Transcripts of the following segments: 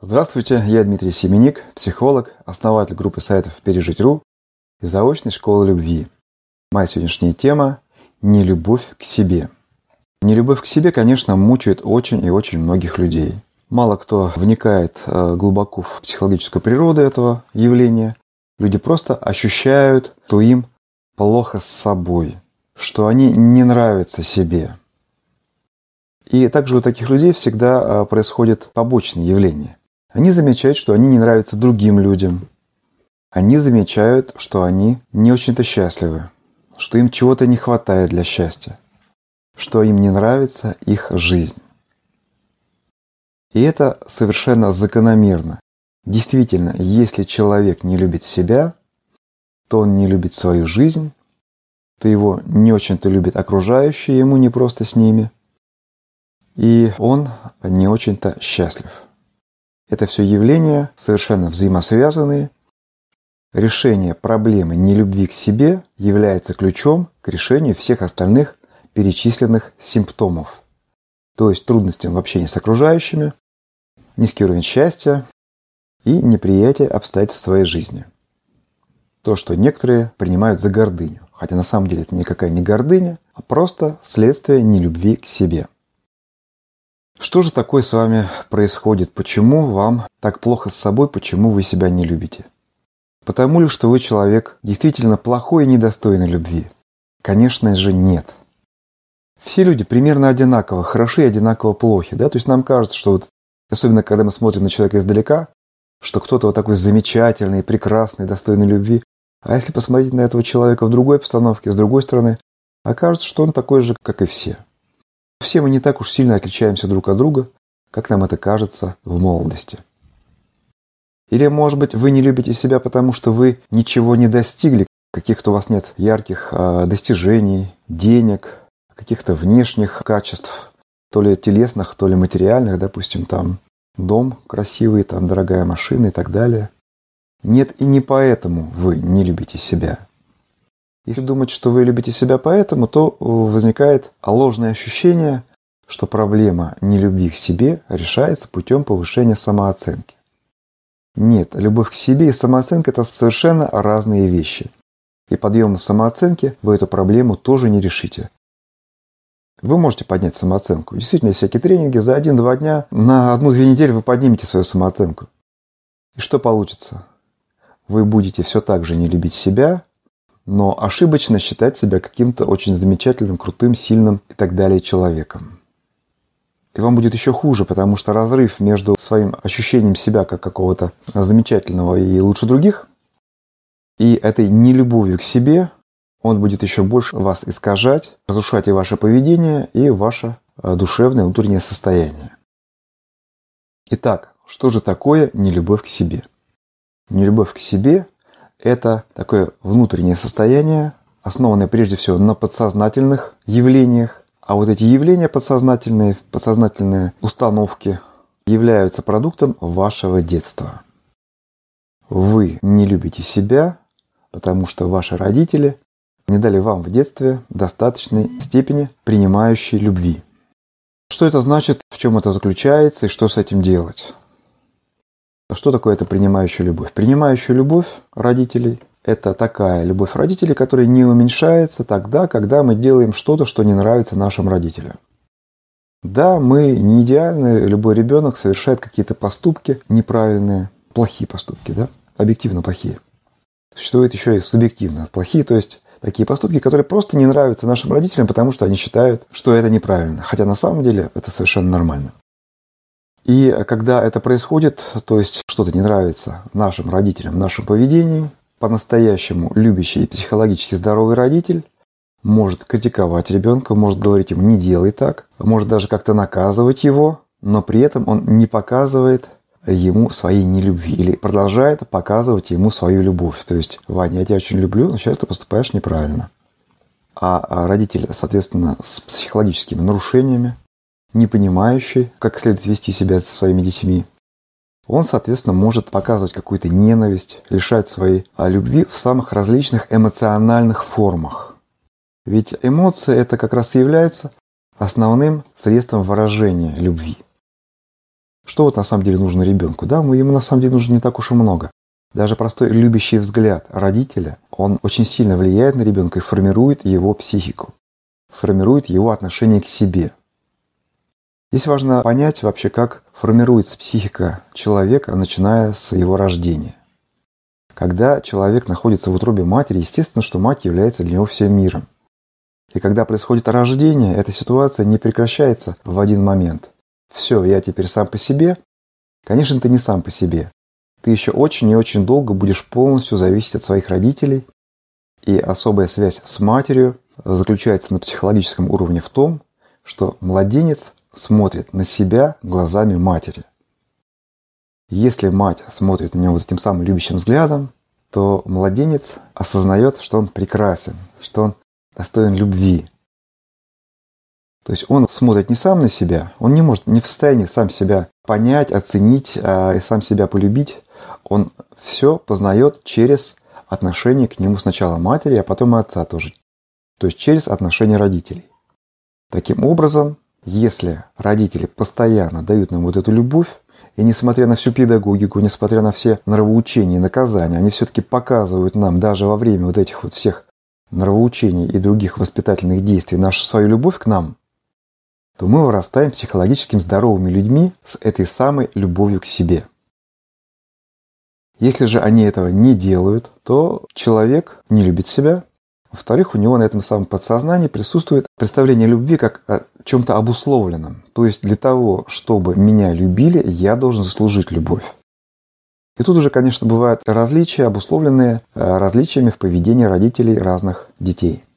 Здравствуйте, я Дмитрий Семеник, психолог, основатель группы сайтов «Пережить.ру» и заочной школы любви. Моя сегодняшняя тема – нелюбовь к себе. Нелюбовь к себе, конечно, мучает очень и очень многих людей. Мало кто вникает глубоко в психологическую природу этого явления. Люди просто ощущают, что им плохо с собой, что они не нравятся себе. И также у таких людей всегда происходят побочные явления. Они замечают, что они не нравятся другим людям. Они замечают, что они не очень-то счастливы, что им чего-то не хватает для счастья, что им не нравится их жизнь. И это совершенно закономерно. Действительно, если человек не любит себя, то он не любит свою жизнь, то его не очень-то любят окружающие, ему не просто с ними, и он не очень-то счастлив. Это все явления совершенно взаимосвязанные. Решение проблемы нелюбви к себе является ключом к решению всех остальных перечисленных симптомов. То есть трудностям в общении с окружающими, низкий уровень счастья и неприятие обстоятельств в своей жизни. То, что некоторые принимают за гордыню. Хотя на самом деле это никакая не гордыня, а просто следствие нелюбви к себе. Что же такое с вами происходит? Почему вам так плохо с собой? Почему вы себя не любите? Потому ли, что вы человек действительно плохой и недостойный любви? Конечно же, нет. Все люди примерно одинаково хороши и одинаково плохи. Да? То есть нам кажется, что особенно когда мы смотрим на человека издалека, что кто-то вот такой замечательный, прекрасный, достойный любви. А если посмотреть на этого человека в другой обстановке, с другой стороны, окажется, что он такой же, как и все. Все мы не так уж сильно отличаемся друг от друга, как нам это кажется в молодости. Или, может быть, вы не любите себя, потому что вы ничего не достигли, каких-то у вас нет ярких достижений, денег, каких-то внешних качеств, то ли телесных, то ли материальных, допустим, там дом красивый, там дорогая машина и так далее. Нет, и не поэтому вы не любите себя. Если думать, что вы любите себя поэтому, то возникает ложное ощущение, что проблема нелюбви к себе решается путем повышения самооценки. Нет, любовь к себе и самооценка – это совершенно разные вещи. И подъемом самооценки вы эту проблему тоже не решите. Вы можете поднять самооценку. Действительно, есть всякие тренинги. За 1-2 дня на 1-2 недели вы поднимете свою самооценку. И что получится? Вы будете все так же не любить себя, но ошибочно считать себя каким-то очень замечательным, крутым, сильным и так далее человеком. И вам будет еще хуже, потому что разрыв между своим ощущением себя как какого-то замечательного и лучше других и этой нелюбовью к себе, он будет еще больше вас искажать, разрушать и ваше поведение, и ваше душевное внутреннее состояние. Итак, что же такое нелюбовь к себе? Нелюбовь к себе – это такое внутреннее состояние, основанное прежде всего на подсознательных явлениях. А вот эти явления подсознательные установки являются продуктом вашего детства. Вы не любите себя, потому что ваши родители не дали вам в детстве достаточной степени принимающей любви. Что это значит, в чем это заключается и что с этим делать? Что такое эта принимающая любовь? Принимающая любовь родителей – это такая любовь родителей, которая не уменьшается тогда, когда мы делаем что-то, что не нравится нашим родителям. Да, мы не идеальны, любой ребенок совершает какие-то поступки неправильные, плохие поступки, да? Объективно плохие. Существует еще и субъективно плохие, то есть такие поступки, которые просто не нравятся нашим родителям, потому что они считают, что это неправильно, хотя на самом деле это совершенно нормально. И когда это происходит, то есть что-то не нравится нашим родителям в нашем поведении, по-настоящему любящий и психологически здоровый родитель может критиковать ребенка, может говорить ему «не делай так», может даже как-то наказывать его, но при этом он не показывает ему своей нелюбви или продолжает показывать ему свою любовь. То есть «Ваня, я тебя очень люблю, но сейчас ты поступаешь неправильно». А родитель, соответственно, с психологическими нарушениями, не понимающий, как следует вести себя со своими детьми, он, соответственно, может показывать какую-то ненависть, лишать своей любви в самых различных эмоциональных формах. Ведь эмоции – это как раз и является основным средством выражения любви. Что вот на самом деле нужно ребенку? Да, ему на самом деле нужно не так уж и много. Даже простой любящий взгляд родителя, он очень сильно влияет на ребенка и формирует его психику, формирует его отношение к себе. Здесь важно понять вообще, как формируется психика человека, начиная с его рождения. Когда человек находится в утробе матери, естественно, что мать является для него всем миром. И когда происходит рождение, эта ситуация не прекращается в один момент. Все, я теперь сам по себе. Конечно, ты не сам по себе. Ты еще очень и очень долго будешь полностью зависеть от своих родителей. И особая связь с матерью заключается на психологическом уровне в том, что младенец смотрит на себя глазами матери. Если мать смотрит на него вот этим самым любящим взглядом, то младенец осознает, что он прекрасен, что он достоин любви. То есть он смотрит не сам на себя, он не может, не в состоянии сам себя понять, оценить и сам себя полюбить. Он все познает через отношение к нему сначала матери, а потом и отца тоже. То есть через отношения родителей. Таким образом, если родители постоянно дают нам вот эту любовь, и несмотря на всю педагогику, несмотря на все нравоучения и наказания, они все-таки показывают нам даже во время вот этих вот всех нравоучений и других воспитательных действий нашу свою любовь к нам, то мы вырастаем психологически здоровыми людьми с этой самой любовью к себе. Если же они этого не делают, то человек не любит себя. Во-вторых, у него на этом самом подсознании присутствует представление любви как о чем-то обусловленном. То есть для того, чтобы меня любили, я должен заслужить любовь. И тут уже, конечно, бывают различия, обусловленные различиями в поведении родителей разных детей.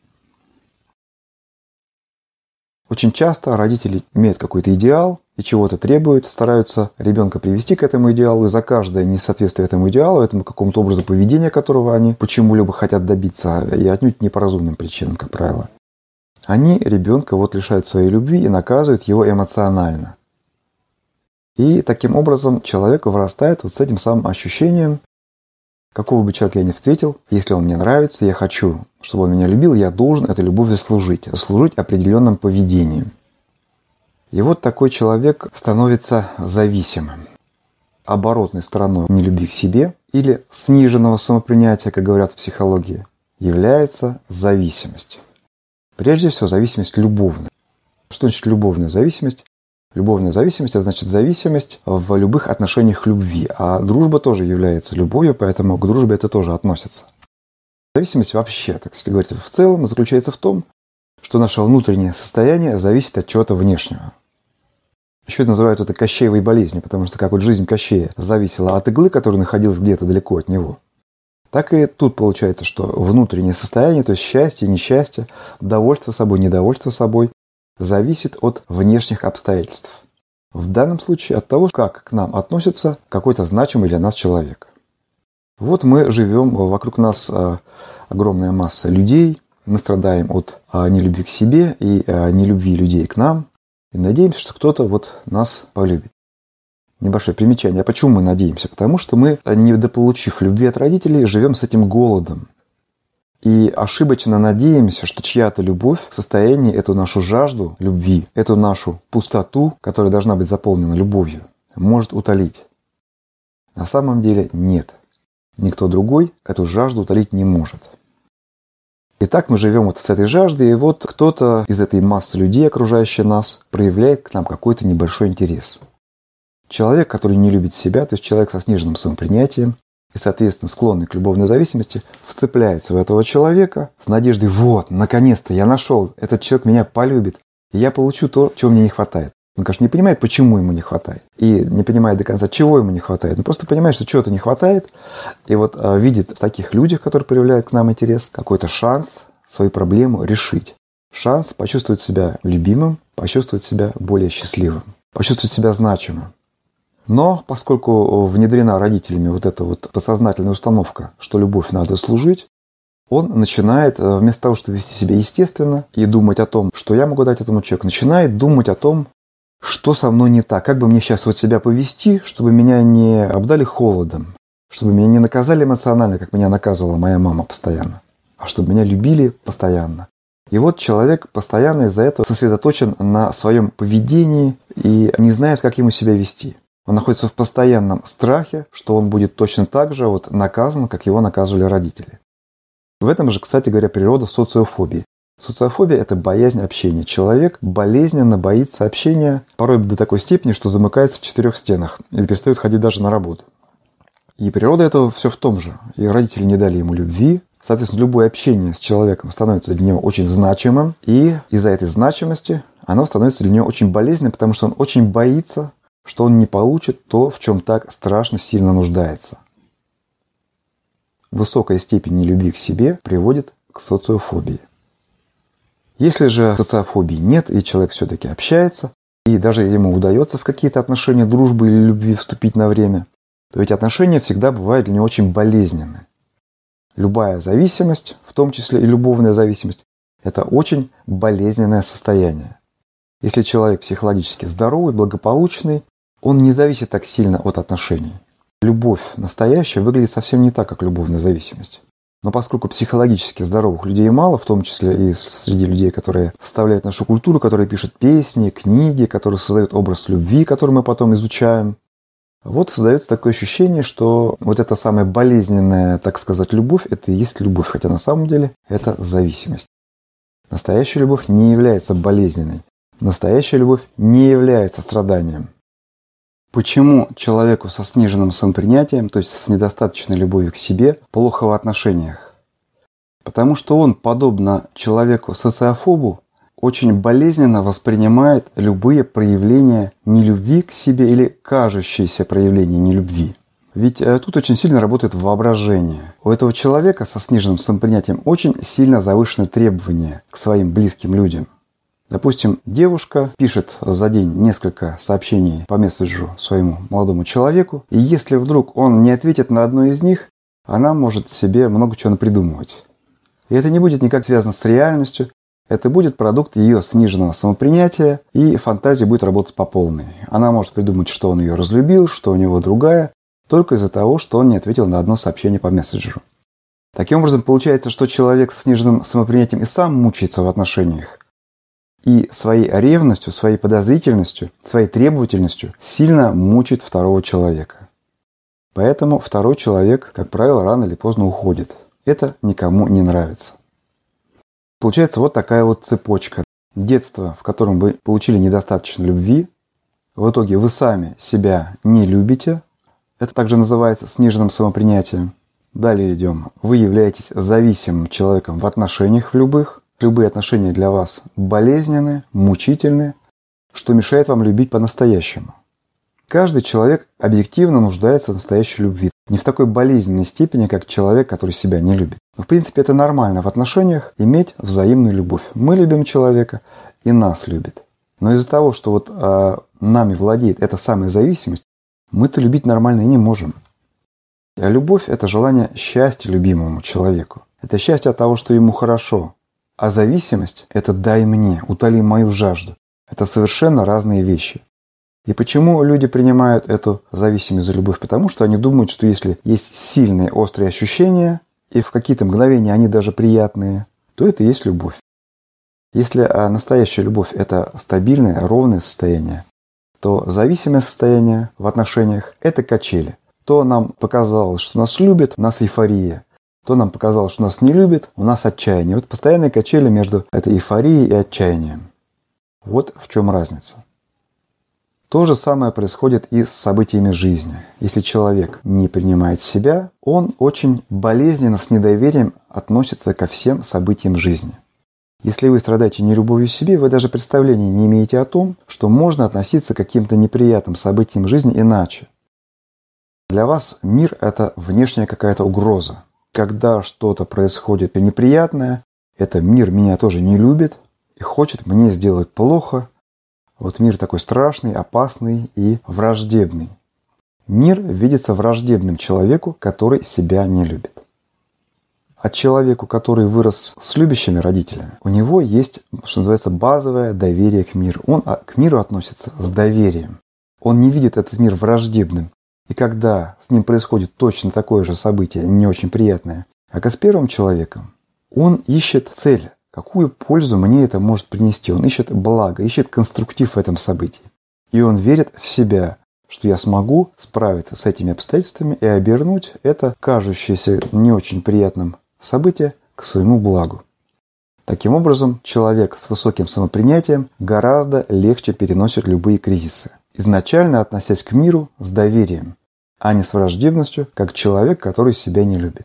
Очень часто родители имеют какой-то идеал и чего-то требуют, стараются ребенка привести к этому идеалу, и за каждое несоответствие этому идеалу, этому какому-то образу поведения, которого они почему-либо хотят добиться, и отнюдь не по разумным причинам, как правило, они ребенка вот лишают своей любви и наказывают его эмоционально. И таким образом человек вырастает вот с этим самым ощущением, какого бы человека я ни встретил, если он мне нравится, я хочу, чтобы он меня любил, я должен эту любовь заслужить определенным поведением. И вот такой человек становится зависимым. Оборотной стороной нелюбви к себе или сниженного самопринятия, как говорят в психологии, является зависимость. Прежде всего, зависимость любовная. Что значит любовная зависимость? Любовная зависимость – это значит зависимость в любых отношениях любви. А дружба тоже является любовью, поэтому к дружбе это тоже относится. Зависимость вообще, так если говорить в целом, заключается в том, что наше внутреннее состояние зависит от чего-то внешнего. Еще называют это Кощеевой болезнью, потому что как вот жизнь Кощея зависела от иглы, которая находилась где-то далеко от него, так и тут получается, что внутреннее состояние, то есть счастье, несчастье, довольство собой, недовольство собой, зависит от внешних обстоятельств. В данном случае от того, как к нам относится какой-то значимый для нас человек. Вот мы живем, вокруг нас огромная масса людей, мы страдаем от нелюбви к себе и нелюбви людей к нам, и надеемся, что кто-то вот нас полюбит. Небольшое примечание. А почему мы надеемся? Потому что мы, недополучив любви от родителей, живем с этим голодом. И ошибочно надеемся, что чья-то любовь в состоянии эту нашу жажду любви, эту нашу пустоту, которая должна быть заполнена любовью, может утолить. На самом деле нет. Никто другой эту жажду утолить не может. Итак, мы живем вот с этой жаждой, и вот кто-то из этой массы людей, окружающих нас, проявляет к нам какой-то небольшой интерес. Человек, который не любит себя, то есть человек со сниженным самопринятием, и, соответственно, склонный к любовной зависимости, вцепляется в этого человека с надеждой: вот, наконец-то я нашел, этот человек меня полюбит, и я получу то, чего мне не хватает. Он, конечно, не понимает, почему ему не хватает, и не понимает до конца, чего ему не хватает. Он просто понимает, что чего-то не хватает, и вот видит в таких людях, которые проявляют к нам интерес, какой-то шанс свою проблему решить. Шанс почувствовать себя любимым, почувствовать себя более счастливым, почувствовать себя значимым. Но поскольку внедрена родителями вот эта вот подсознательная установка, что любовь надо служить, он начинает, вместо того, чтобы вести себя естественно и думать о том, что я могу дать этому человеку, начинает думать о том, что со мной не так, как бы мне сейчас вот себя повести, чтобы меня не обдали холодом, чтобы меня не наказали эмоционально, как меня наказывала моя мама постоянно, а чтобы меня любили постоянно. И вот человек постоянно из-за этого сосредоточен на своем поведении и не знает, как ему себя вести. Он находится в постоянном страхе, что он будет точно так же наказан, как его наказывали родители. В этом же, кстати говоря, природа социофобии. Социофобия – это боязнь общения. Человек болезненно боится общения, порой до такой степени, что замыкается в 4 стенах и перестает ходить даже на работу. И природа этого все в том же. И родители не дали ему любви. Соответственно, любое общение с человеком становится для него очень значимым. И из-за этой значимости оно становится для него очень болезненным, потому что он очень боится, что он не получит то, в чем так страшно сильно нуждается. Высокая степень нелюбви к себе приводит к социофобии. Если же социофобии нет, и человек все-таки общается, и даже ему удается в какие-то отношения дружбы или любви вступить на время, то эти отношения всегда бывают для него очень болезненны. Любая зависимость, в том числе и любовная зависимость, это очень болезненное состояние. Если человек психологически здоровый, благополучный, он не зависит так сильно от отношений. Любовь настоящая выглядит совсем не так, как любовная зависимость. Но поскольку психологически здоровых людей мало, в том числе и среди людей, которые составляют нашу культуру, которые пишут песни, книги, которые создают образ любви, который мы потом изучаем, создается такое ощущение, что эта самая болезненная, так сказать, любовь – это и есть любовь, хотя на самом деле это зависимость. Настоящая любовь не является болезненной. Настоящая любовь не является страданием. Почему человеку со сниженным самопринятием, то есть с недостаточной любовью к себе, плохо в отношениях? Потому что он, подобно человеку-социофобу, очень болезненно воспринимает любые проявления нелюбви к себе или кажущиеся проявления нелюбви. Ведь тут очень сильно работает воображение. У этого человека со сниженным самопринятием очень сильно завышены требования к своим близким людям. Допустим, девушка пишет за день несколько сообщений по мессенджеру своему молодому человеку, и если вдруг он не ответит на одно из них, она может себе много чего напридумывать. И это не будет никак связано с реальностью, это будет продукт ее сниженного самопринятия, и фантазия будет работать по полной. Она может придумать, что он ее разлюбил, что у него другая, только из-за того, что он не ответил на одно сообщение по мессенджеру. Таким образом, получается, что человек с сниженным самопринятием и сам мучается в отношениях, и своей ревностью, своей подозрительностью, своей требовательностью сильно мучает второго человека. Поэтому второй человек, как правило, рано или поздно уходит. Это никому не нравится. Получается такая цепочка. Детство, в котором вы получили недостаточно любви, в итоге вы сами себя не любите. Это также называется сниженным самопринятием. Далее идем. Вы являетесь зависимым человеком в отношениях в любых. Любые отношения для вас болезненны, мучительны, что мешает вам любить по-настоящему. Каждый человек объективно нуждается в настоящей любви. Не в такой болезненной степени, как человек, который себя не любит. Но в принципе это нормально в отношениях иметь взаимную любовь. Мы любим человека, и нас любит. Но из-за того, что нами владеет эта самая зависимость, мы-то любить нормально и не можем. А любовь – это желание счастья любимому человеку. Это счастье от того, что ему хорошо. А зависимость – это «дай мне, утоли мою жажду». Это совершенно разные вещи. И почему люди принимают эту зависимость за любовь? Потому что они думают, что если есть сильные, острые ощущения, и в какие-то мгновения они даже приятные, то это и есть любовь. Если настоящая любовь – это стабильное, ровное состояние, то зависимое состояние в отношениях – это качели. То нам показалось, что нас любят, у нас эйфория. То нам показалось, что нас не любят, у нас отчаяние. Постоянные качели между этой эйфорией и отчаянием. Вот в чем разница. То же самое происходит и с событиями жизни. Если человек не принимает себя, он очень болезненно, с недоверием относится ко всем событиям жизни. Если вы страдаете нелюбовью к себе, вы даже представления не имеете о том, что можно относиться к каким-то неприятным событиям жизни иначе. Для вас мир – это внешняя какая-то угроза. Когда что-то происходит неприятное, это мир меня тоже не любит и хочет мне сделать плохо. Мир такой страшный, опасный и враждебный. Мир видится враждебным человеку, который себя не любит. А человеку, который вырос с любящими родителями, у него есть, что называется, базовое доверие к миру. Он к миру относится с доверием. Он не видит этот мир враждебным. И когда с ним происходит точно такое же событие, не очень приятное, как и с первым человеком, он ищет цель. Какую пользу мне это может принести? Он ищет благо, ищет конструктив в этом событии. И он верит в себя, что я смогу справиться с этими обстоятельствами и обернуть это кажущееся не очень приятным событие к своему благу. Таким образом, человек с высоким самопринятием гораздо легче переносит любые кризисы, изначально относясь к миру с доверием, а не с враждебностью, как человек, который себя не любит.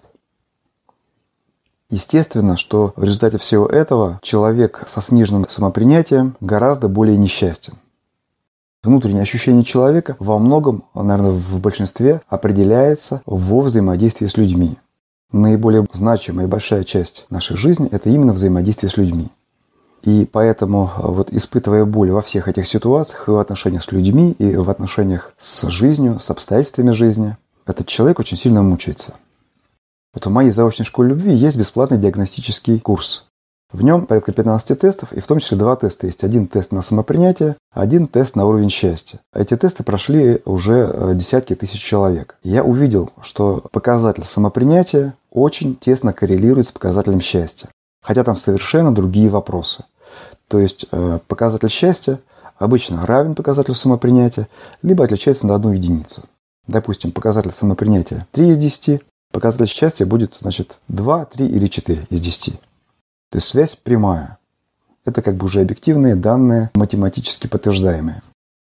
Естественно, что в результате всего этого человек со сниженным самопринятием гораздо более несчастен. Внутреннее ощущение человека во многом, наверное, в большинстве определяется во взаимодействии с людьми. Наиболее значимая и большая часть нашей жизни – это именно взаимодействие с людьми. И поэтому, испытывая боль во всех этих ситуациях, и в отношениях с людьми, и в отношениях с жизнью, с обстоятельствами жизни, этот человек очень сильно мучается. В моей заочной школе любви есть бесплатный диагностический курс. В нем порядка 15 тестов, и в том числе 2 теста есть. Один тест на самопринятие, один тест на уровень счастья. Эти тесты прошли уже десятки тысяч человек. Я увидел, что показатель самопринятия очень тесно коррелирует с показателем счастья. Хотя там совершенно другие вопросы. То есть показатель счастья обычно равен показателю самопринятия, либо отличается на 1 единицу. Допустим, показатель самопринятия 3 из 10, показатель счастья будет, 2, 3 или 4 из 10. То есть связь прямая. Это уже объективные данные, математически подтверждаемые.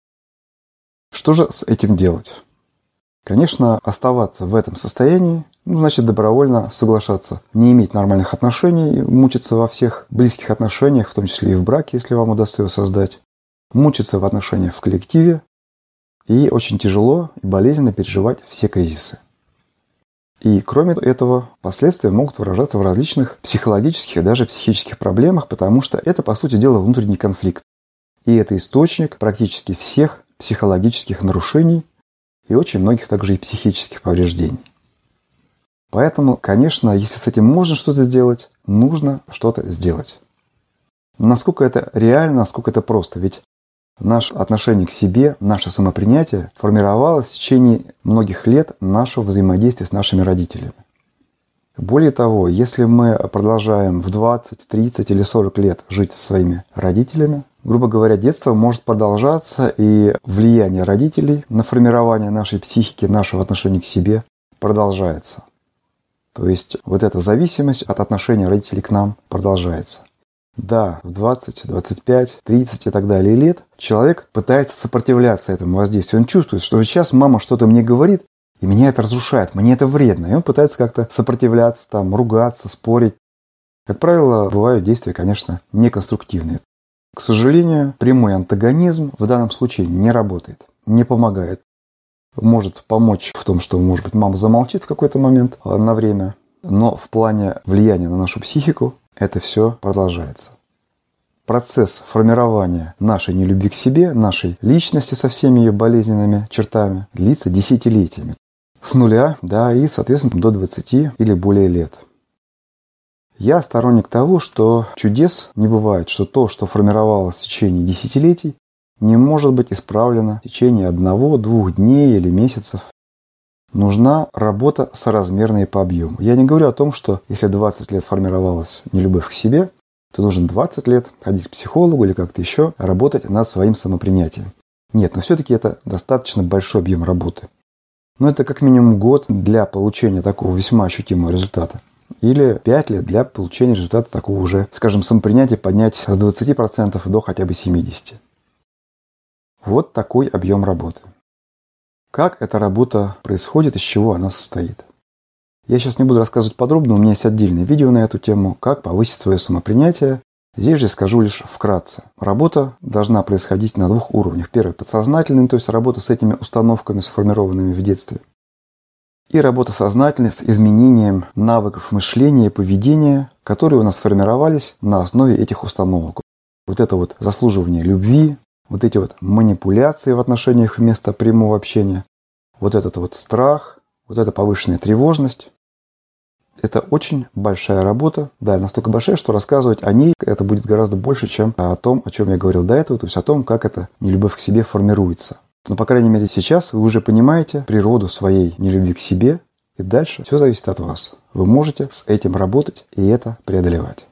Что же с этим делать? Конечно, оставаться в этом состоянии, значит добровольно соглашаться, не иметь нормальных отношений, мучиться во всех близких отношениях, в том числе и в браке, если вам удастся его создать, мучиться в отношениях в коллективе и очень тяжело и болезненно переживать все кризисы. И кроме этого, последствия могут выражаться в различных психологических и даже психических проблемах, потому что это, по сути дела, внутренний конфликт. И это источник практически всех психологических нарушений и очень многих также и психических повреждений. Поэтому, конечно, если с этим можно что-то сделать, нужно что-то сделать. Насколько это реально, насколько это просто? Ведь наше отношение к себе, наше самопринятие формировалось в течение многих лет нашего взаимодействия с нашими родителями. Более того, если мы продолжаем в 20, 30 или 40 лет жить со своими родителями, грубо говоря, детство может продолжаться, и влияние родителей на формирование нашей психики, нашего отношения к себе продолжается. То есть эта зависимость от отношения родителей к нам продолжается. Да, в 20, 25, 30 и так далее лет человек пытается сопротивляться этому воздействию. Он чувствует, что сейчас мама что-то мне говорит, и меня это разрушает, мне это вредно. И он пытается как-то сопротивляться, ругаться, спорить. Как правило, бывают действия, конечно, неконструктивные. К сожалению, прямой антагонизм в данном случае не работает, не помогает. Может помочь в том, что, может быть, мама замолчит в какой-то момент на время, но в плане влияния на нашу психику это все продолжается. Процесс формирования нашей нелюбви к себе, нашей личности со всеми ее болезненными чертами длится десятилетиями. С 0, и, соответственно, до 20 или более лет. Я сторонник того, что чудес не бывает, что то, что формировалось в течение десятилетий, не может быть исправлено в течение 1-2 дней или месяцев. Нужна работа соразмерная по объему. Я не говорю о том, что если 20 лет формировалась нелюбовь к себе, то нужно 20 лет ходить к психологу или как-то еще работать над своим самопринятием. Нет, но все-таки это достаточно большой объем работы. Но это как минимум год для получения такого весьма ощутимого результата. Или 5 лет для получения результата такого уже, самопринятия поднять с 20% до хотя бы 70%. Вот такой объем работы. Как эта работа происходит, из чего она состоит? Я сейчас не буду рассказывать подробно, у меня есть отдельное видео на эту тему, как повысить свое самопринятие. Здесь же скажу лишь вкратце. Работа должна происходить на 2 уровнях. Первый – подсознательный, то есть работа с этими установками, сформированными в детстве. И работа сознательная с изменением навыков мышления и поведения, которые у нас сформировались на основе этих установок. Это заслуживание любви, эти манипуляции в отношениях вместо прямого общения, этот страх, эта повышенная тревожность. Это очень большая работа, настолько большая, что рассказывать о ней это будет гораздо больше, чем о том, о чем я говорил до этого, то есть о том, как эта нелюбовь к себе формируется. Но, по крайней мере, сейчас вы уже понимаете природу своей нелюбви к себе, и дальше все зависит от вас. Вы можете с этим работать и это преодолевать.